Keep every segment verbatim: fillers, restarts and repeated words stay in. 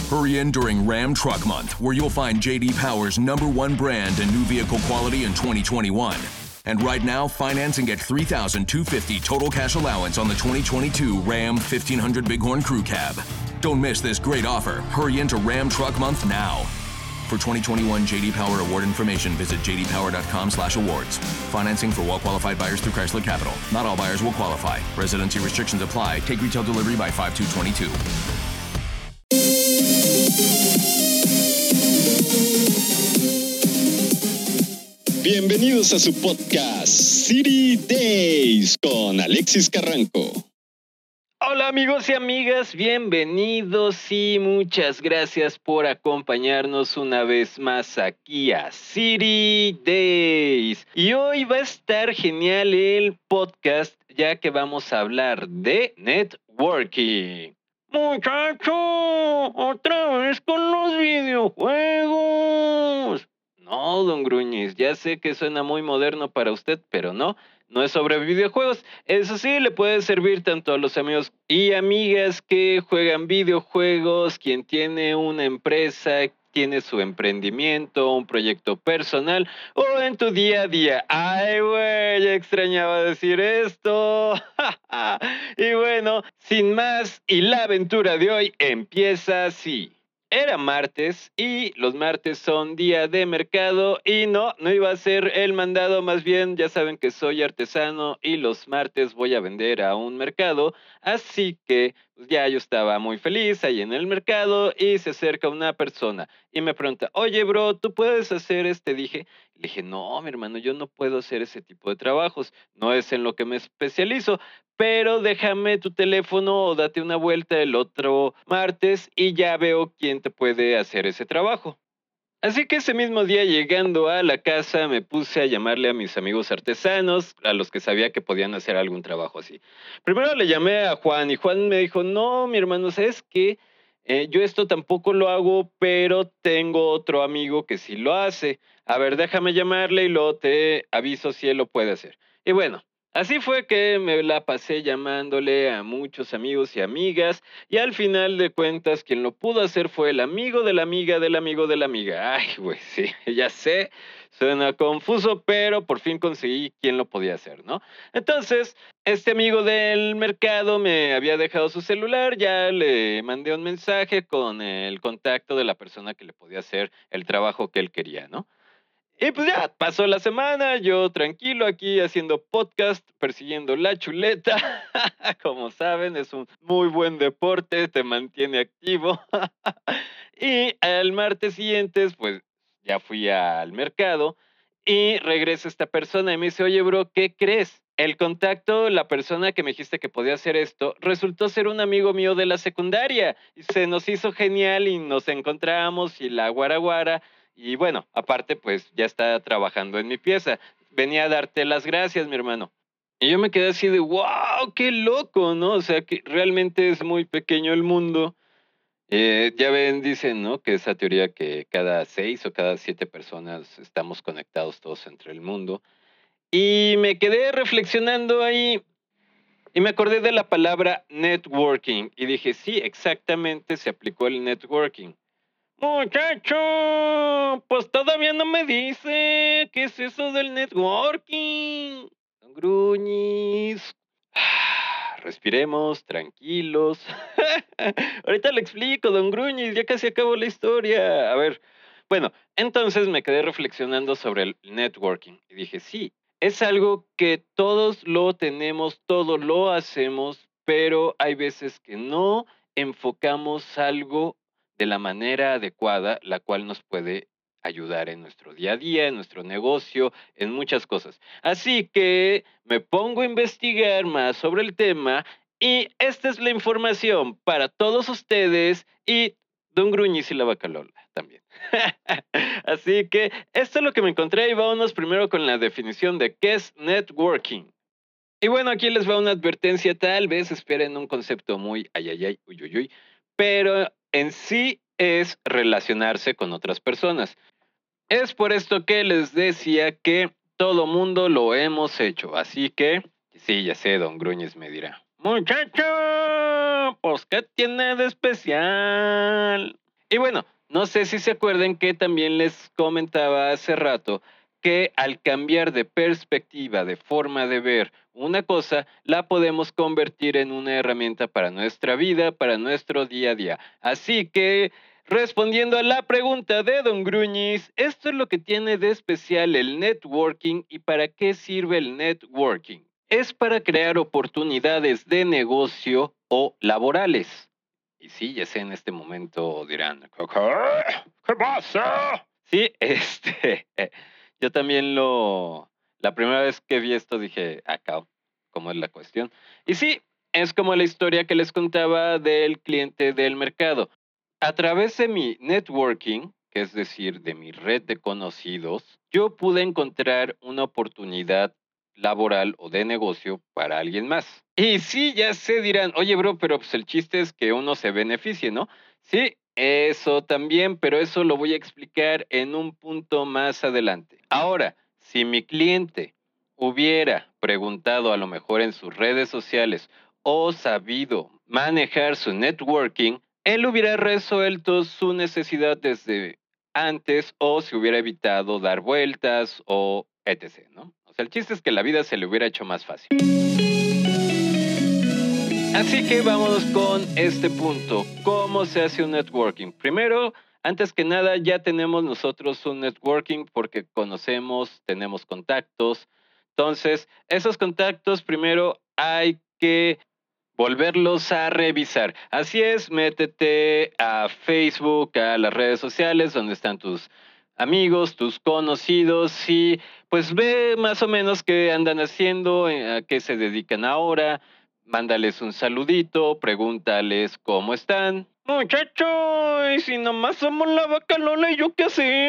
Hurry in during Ram Truck Month, where you'll find J D Power's number one brand in new vehicle quality in twenty twenty-one. And right now, finance and get three thousand two hundred fifty dollars total cash allowance on the twenty twenty-two Ram fifteen hundred Bighorn Crew Cab. Don't miss this great offer. Hurry into Ram Truck Month now. For twenty twenty-one J D Power award information, visit j d power dot com slash awards. Financing for well-qualified buyers through Chrysler Capital. Not all buyers will qualify. Residency restrictions apply. Take retail delivery by five two twenty-two. Bienvenidos a su podcast City Days con Alexis Carranco. Hola amigos y amigas, bienvenidos y muchas gracias por acompañarnos una vez más aquí a City Days. Y hoy va a estar genial el podcast ya que vamos a hablar de networking. Muchacho, otra vez con los videojuegos. No, don Gruñiz, ya sé que suena muy moderno para usted, pero no, no es sobre videojuegos. Eso sí, le puede servir tanto a los amigos y amigas que juegan videojuegos, quien tiene una empresa, tiene su emprendimiento, un proyecto personal o en tu día a día. Ay, güey, ya extrañaba decir esto. Y bueno, sin más, y la aventura de hoy empieza así. Era martes y los martes son día de mercado y no, no iba a ser el mandado, más bien ya saben que soy artesano y los martes voy a vender a un mercado, así que pues, ya yo estaba muy feliz ahí en el mercado y se acerca una persona y me pregunta, oye bro, ¿tú puedes hacer este? Dije, le dije, no mi hermano, yo no puedo hacer ese tipo de trabajos, no es en lo que me especializo. Pero déjame tu teléfono o date una vuelta el otro martes y ya veo quién te puede hacer ese trabajo. Así que ese mismo día llegando a la casa me puse a llamarle a mis amigos artesanos, a los que sabía que podían hacer algún trabajo así. Primero le llamé a Juan y Juan me dijo, no mi hermano, ¿sabes qué? Eh, yo esto tampoco lo hago, pero tengo otro amigo que sí lo hace. A ver, déjame llamarle y luego te aviso si él lo puede hacer. Y bueno, así fue que me la pasé llamándole a muchos amigos y amigas y al final de cuentas quien lo pudo hacer fue el amigo de la amiga del amigo de la amiga. Ay, güey, sí, ya sé, suena confuso, pero por fin conseguí quién lo podía hacer, ¿no? Entonces, este amigo del mercado me había dejado su celular, ya le mandé un mensaje con el contacto de la persona que le podía hacer el trabajo que él quería, ¿no? Y pues ya pasó la semana, yo tranquilo aquí haciendo podcast, persiguiendo la chuleta. Como saben, es un muy buen deporte, te mantiene activo. Y al martes siguiente, pues ya fui al mercado y regresa esta persona y me dice, oye bro, ¿qué crees? El contacto, la persona que me dijiste que podía hacer esto, resultó ser un amigo mío de la secundaria. Y se nos hizo genial y nos encontramos y la guaraguara. Y bueno, aparte, pues ya está trabajando en mi pieza. Venía a darte las gracias, mi hermano. Y yo me quedé así de, wow, qué loco, ¿no? O sea, que realmente es muy pequeño el mundo. Eh, ya ven, dicen, ¿no? Que esa teoría que cada seis o cada siete personas estamos conectados todos entre el mundo. Y me quedé reflexionando ahí y me acordé de la palabra networking. Y dije, sí, exactamente se aplicó el networking. Muchacho, pues todavía no me dice qué es eso del networking. Don Gruñiz. Respiremos, tranquilos. Ahorita le explico, don Gruñiz, ya casi acabo la historia. A ver, bueno, entonces me quedé reflexionando sobre el networking y dije, sí, es algo que todos lo tenemos, todos lo hacemos, pero hay veces que no enfocamos algo de la manera adecuada, la cual nos puede ayudar en nuestro día a día, en nuestro negocio, en muchas cosas. Así que me pongo a investigar más sobre el tema y esta es la información para todos ustedes y don Gruñiz y la Bacalola también. Así que esto es lo que me encontré y vámonos primero con la definición de qué es networking. Y bueno, aquí les va una advertencia, tal vez esperen un concepto muy ay, ay, ay, uy, uy, uy, pero en sí es relacionarse con otras personas. Es por esto que les decía que todo mundo lo hemos hecho, así que, sí, ya sé, don Gruñiz me dirá, muchacho, pues ¿qué tiene de especial? Y bueno, no sé si se acuerdan que también les comentaba hace rato que al cambiar de perspectiva, de forma de ver una cosa, la podemos convertir en una herramienta para nuestra vida, para nuestro día a día. Así que, respondiendo a la pregunta de Don Gruñis, esto es lo que tiene de especial el networking y para qué sirve el networking. Es para crear oportunidades de negocio o laborales. Y sí, ya sé, en este momento dirán, ¿qué, ¿Qué pasa? Sí, este, yo también lo, la primera vez que vi esto dije, acá, ¿cómo es la cuestión? Y sí, es como la historia que les contaba del cliente del mercado. A través de mi networking, que es decir, de mi red de conocidos, yo pude encontrar una oportunidad laboral o de negocio para alguien más. Y sí, ya sé, dirán, oye, bro, pero pues el chiste es que uno se beneficie, ¿no? Sí, eso también, pero eso lo voy a explicar en un punto más adelante. Ahora, si mi cliente hubiera preguntado a lo mejor en sus redes sociales o sabido manejar su networking, él hubiera resuelto su necesidad desde antes o se hubiera evitado dar vueltas o etcétera, ¿no? O sea, el chiste es que la vida se le hubiera hecho más fácil. Así que vámonos con este punto. ¿Cómo se hace un networking? Primero, antes que nada, ya tenemos nosotros un networking porque conocemos, tenemos contactos. Entonces, esos contactos primero hay que volverlos a revisar. Así es, métete a Facebook, a las redes sociales donde están tus amigos, tus conocidos y pues ve más o menos qué andan haciendo, a qué se dedican ahora. Mándales un saludito, pregúntales cómo están. Muchachos, y si nomás somos la vaca Lola y yo, ¿qué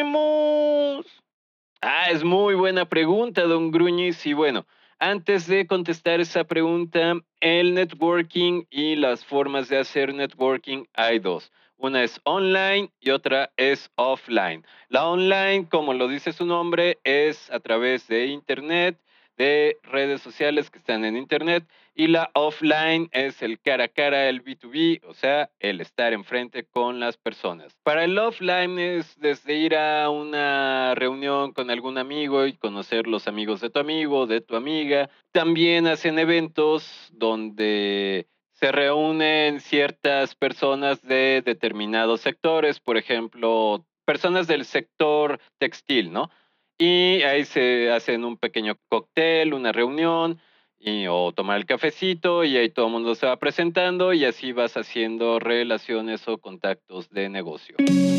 hacemos? Ah, es muy buena pregunta, don Gruñis. Y bueno, antes de contestar esa pregunta, el networking y las formas de hacer networking hay dos. Una es online y otra es offline. La online, como lo dice su nombre, es a través de internet, de redes sociales que están en internet. Y la offline es el cara a cara, el B dos B, o sea, el estar enfrente con las personas. Para el offline es desde ir a una reunión con algún amigo y conocer los amigos de tu amigo, de tu amiga. También hacen eventos donde se reúnen ciertas personas de determinados sectores, por ejemplo, personas del sector textil, ¿no? Y ahí se hacen un pequeño cóctel, una reunión, y, o tomar el cafecito y ahí todo el mundo se va presentando y así vas haciendo relaciones o contactos de negocio.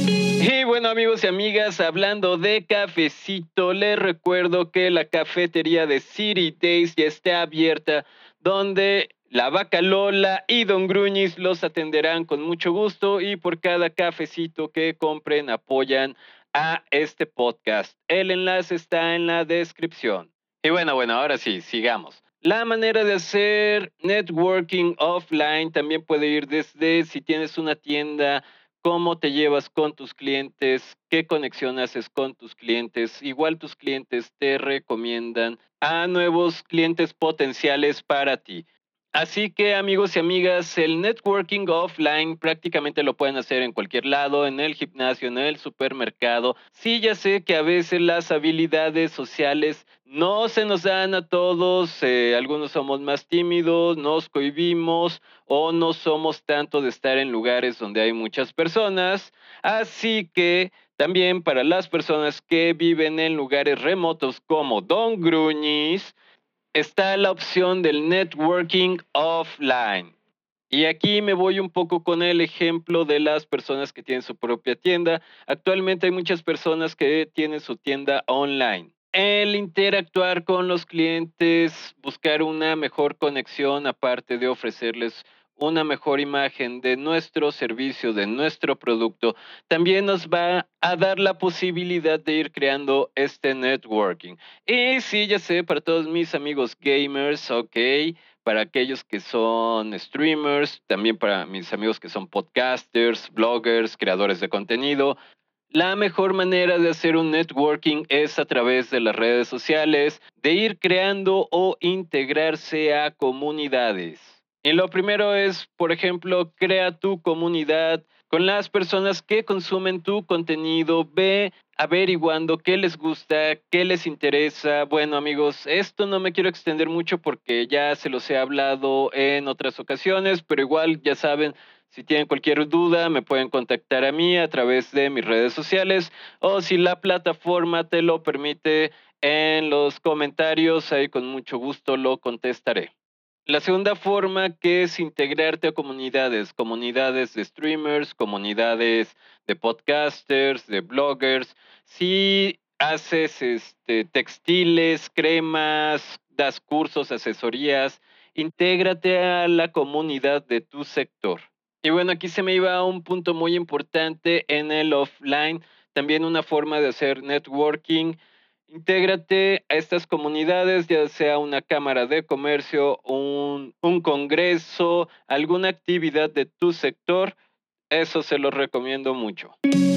Y bueno, amigos y amigas, hablando de cafecito, les recuerdo que la cafetería de City Days ya está abierta, donde la vaca Lola y Don Gruñis los atenderán con mucho gusto y por cada cafecito que compren apoyan a este podcast. El enlace está en la descripción. Y bueno, bueno, ahora sí, sigamos. La manera de hacer networking offline también puede ir desde si tienes una tienda, cómo te llevas con tus clientes, qué conexión haces con tus clientes. Igual tus clientes te recomiendan a nuevos clientes potenciales para ti. Así que amigos y amigas, el networking offline prácticamente lo pueden hacer en cualquier lado, en el gimnasio, en el supermercado. Sí, ya sé que a veces las habilidades sociales no se nos dan a todos, eh, algunos somos más tímidos, nos cohibimos o no somos tanto de estar en lugares donde hay muchas personas. Así que también para las personas que viven en lugares remotos como Don Gruñis, está la opción del networking offline. Y aquí me voy un poco con el ejemplo de las personas que tienen su propia tienda. Actualmente hay muchas personas que tienen su tienda online. El interactuar con los clientes, buscar una mejor conexión, aparte de ofrecerles una mejor imagen de nuestro servicio, de nuestro producto, también nos va a dar la posibilidad de ir creando este networking. Y sí, ya sé, para todos mis amigos gamers, ok, para aquellos que son streamers, también para mis amigos que son podcasters, bloggers, creadores de contenido. La mejor manera de hacer un networking es a través de las redes sociales, de ir creando o integrarse a comunidades. Y lo primero es, por ejemplo, crea tu comunidad con las personas que consumen tu contenido, ve averiguando qué les gusta, qué les interesa. Bueno, amigos, esto no me quiero extender mucho porque ya se los he hablado en otras ocasiones, pero igual ya saben, si tienen cualquier duda me pueden contactar a mí a través de mis redes sociales o si la plataforma te lo permite en los comentarios, ahí con mucho gusto lo contestaré. La segunda forma que es integrarte a comunidades, comunidades de streamers, comunidades de podcasters, de bloggers. Si haces este, textiles, cremas, das cursos, asesorías, intégrate a la comunidad de tu sector. Y bueno, aquí se me iba a un punto muy importante en el offline, también una forma de hacer networking. Intégrate a estas comunidades, ya sea una cámara de comercio, un, un congreso, alguna actividad de tu sector. Eso se los recomiendo mucho.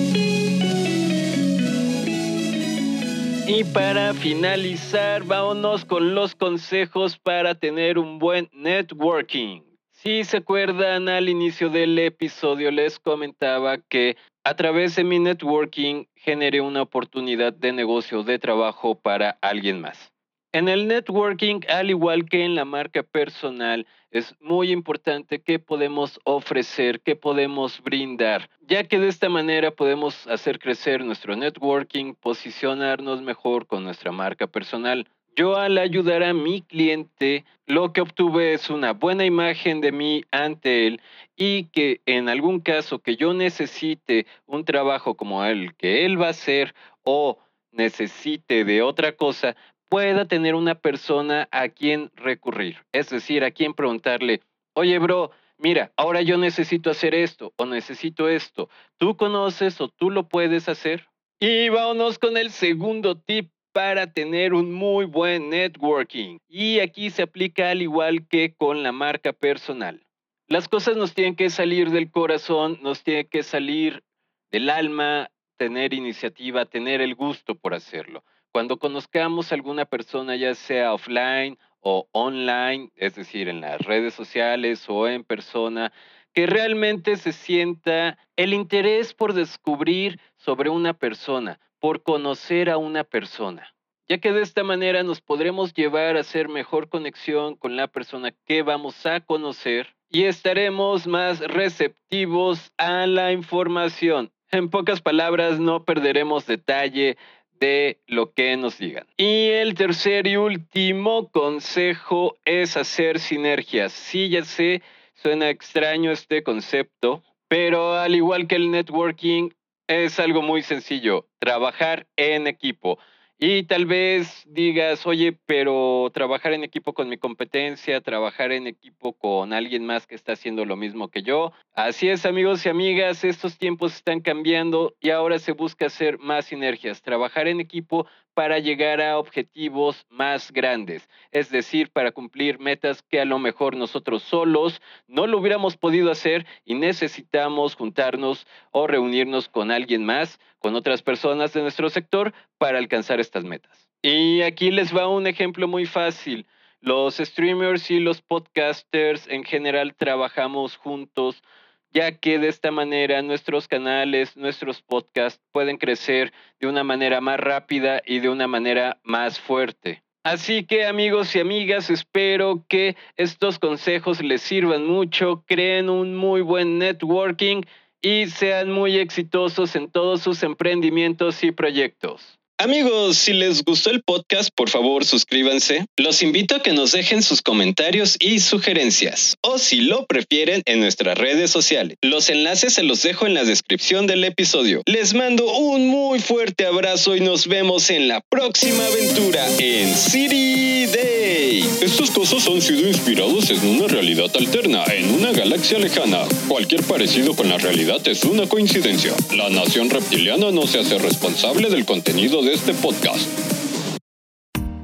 Y para finalizar, vámonos con los consejos para tener un buen networking. Si se acuerdan, al inicio del episodio les comentaba que a través de mi networking generé una oportunidad de negocio, de trabajo para alguien más. En el networking, al igual que en la marca personal, es muy importante qué podemos ofrecer, qué podemos brindar, ya que de esta manera podemos hacer crecer nuestro networking, posicionarnos mejor con nuestra marca personal. Yo al ayudar a mi cliente, lo que obtuve es una buena imagen de mí ante él y que en algún caso que yo necesite un trabajo como el que él va a hacer o necesite de otra cosa, pueda tener una persona a quien recurrir. Es decir, a quien preguntarle, oye bro, mira, ahora yo necesito hacer esto o necesito esto. ¿Tú conoces o tú lo puedes hacer? Y vámonos con el segundo tip para tener un muy buen networking. Y aquí se aplica al igual que con la marca personal. Las cosas nos tienen que salir del corazón, nos tienen que salir del alma, tener iniciativa, tener el gusto por hacerlo. Cuando conozcamos a alguna persona, ya sea offline o online, es decir, en las redes sociales o en persona, que realmente se sienta el interés por descubrir sobre una persona, por conocer a una persona, ya que de esta manera nos podremos llevar a hacer mejor conexión con la persona que vamos a conocer y estaremos más receptivos a la información. En pocas palabras, no perderemos detalle de lo que nos digan. Y el tercer y último consejo es hacer sinergias. Sí, ya sé, suena extraño este concepto, pero al igual que el networking, es algo muy sencillo, trabajar en equipo. Y tal vez digas, oye, pero trabajar en equipo con mi competencia, trabajar en equipo con alguien más que está haciendo lo mismo que yo. Así es, amigos y amigas, estos tiempos están cambiando y ahora se busca hacer más sinergias, trabajar en equipo para llegar a objetivos más grandes, es decir, para cumplir metas que a lo mejor nosotros solos no lo hubiéramos podido hacer y necesitamos juntarnos o reunirnos con alguien más, con otras personas de nuestro sector para alcanzar estas metas. Y aquí les va un ejemplo muy fácil. Los streamers y los podcasters en general trabajamos juntos, ya que de esta manera nuestros canales, nuestros podcasts pueden crecer de una manera más rápida y de una manera más fuerte. Así que amigos y amigas, espero que estos consejos les sirvan mucho, creen un muy buen networking y sean muy exitosos en todos sus emprendimientos y proyectos. Amigos, si les gustó el podcast, por favor suscríbanse. Los invito a que nos dejen sus comentarios y sugerencias, o si lo prefieren, en nuestras redes sociales. Los enlaces se los dejo en la descripción del episodio. Les mando un muy fuerte abrazo y nos vemos en la próxima aventura en City Day. Estos casos han sido inspirados en una realidad alterna, en una galaxia lejana. Cualquier parecido con la realidad es una coincidencia. La nación reptiliana no se hace responsable del contenido de este podcast.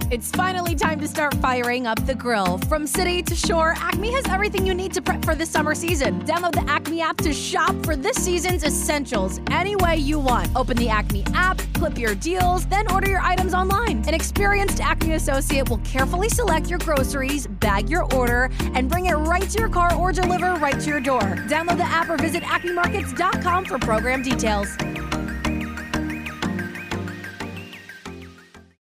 It's finally time to start firing up the grill. From city to shore, Acme has everything you need to prep for the summer season. Download the Acme app to shop for this season's essentials any way you want. Open the Acme app, clip your deals, then order your items online. An experienced Acme associate will carefully select your groceries, bag your order, and bring it right to your car or deliver right to your door. Download the app or visit acme markets dot com for program details.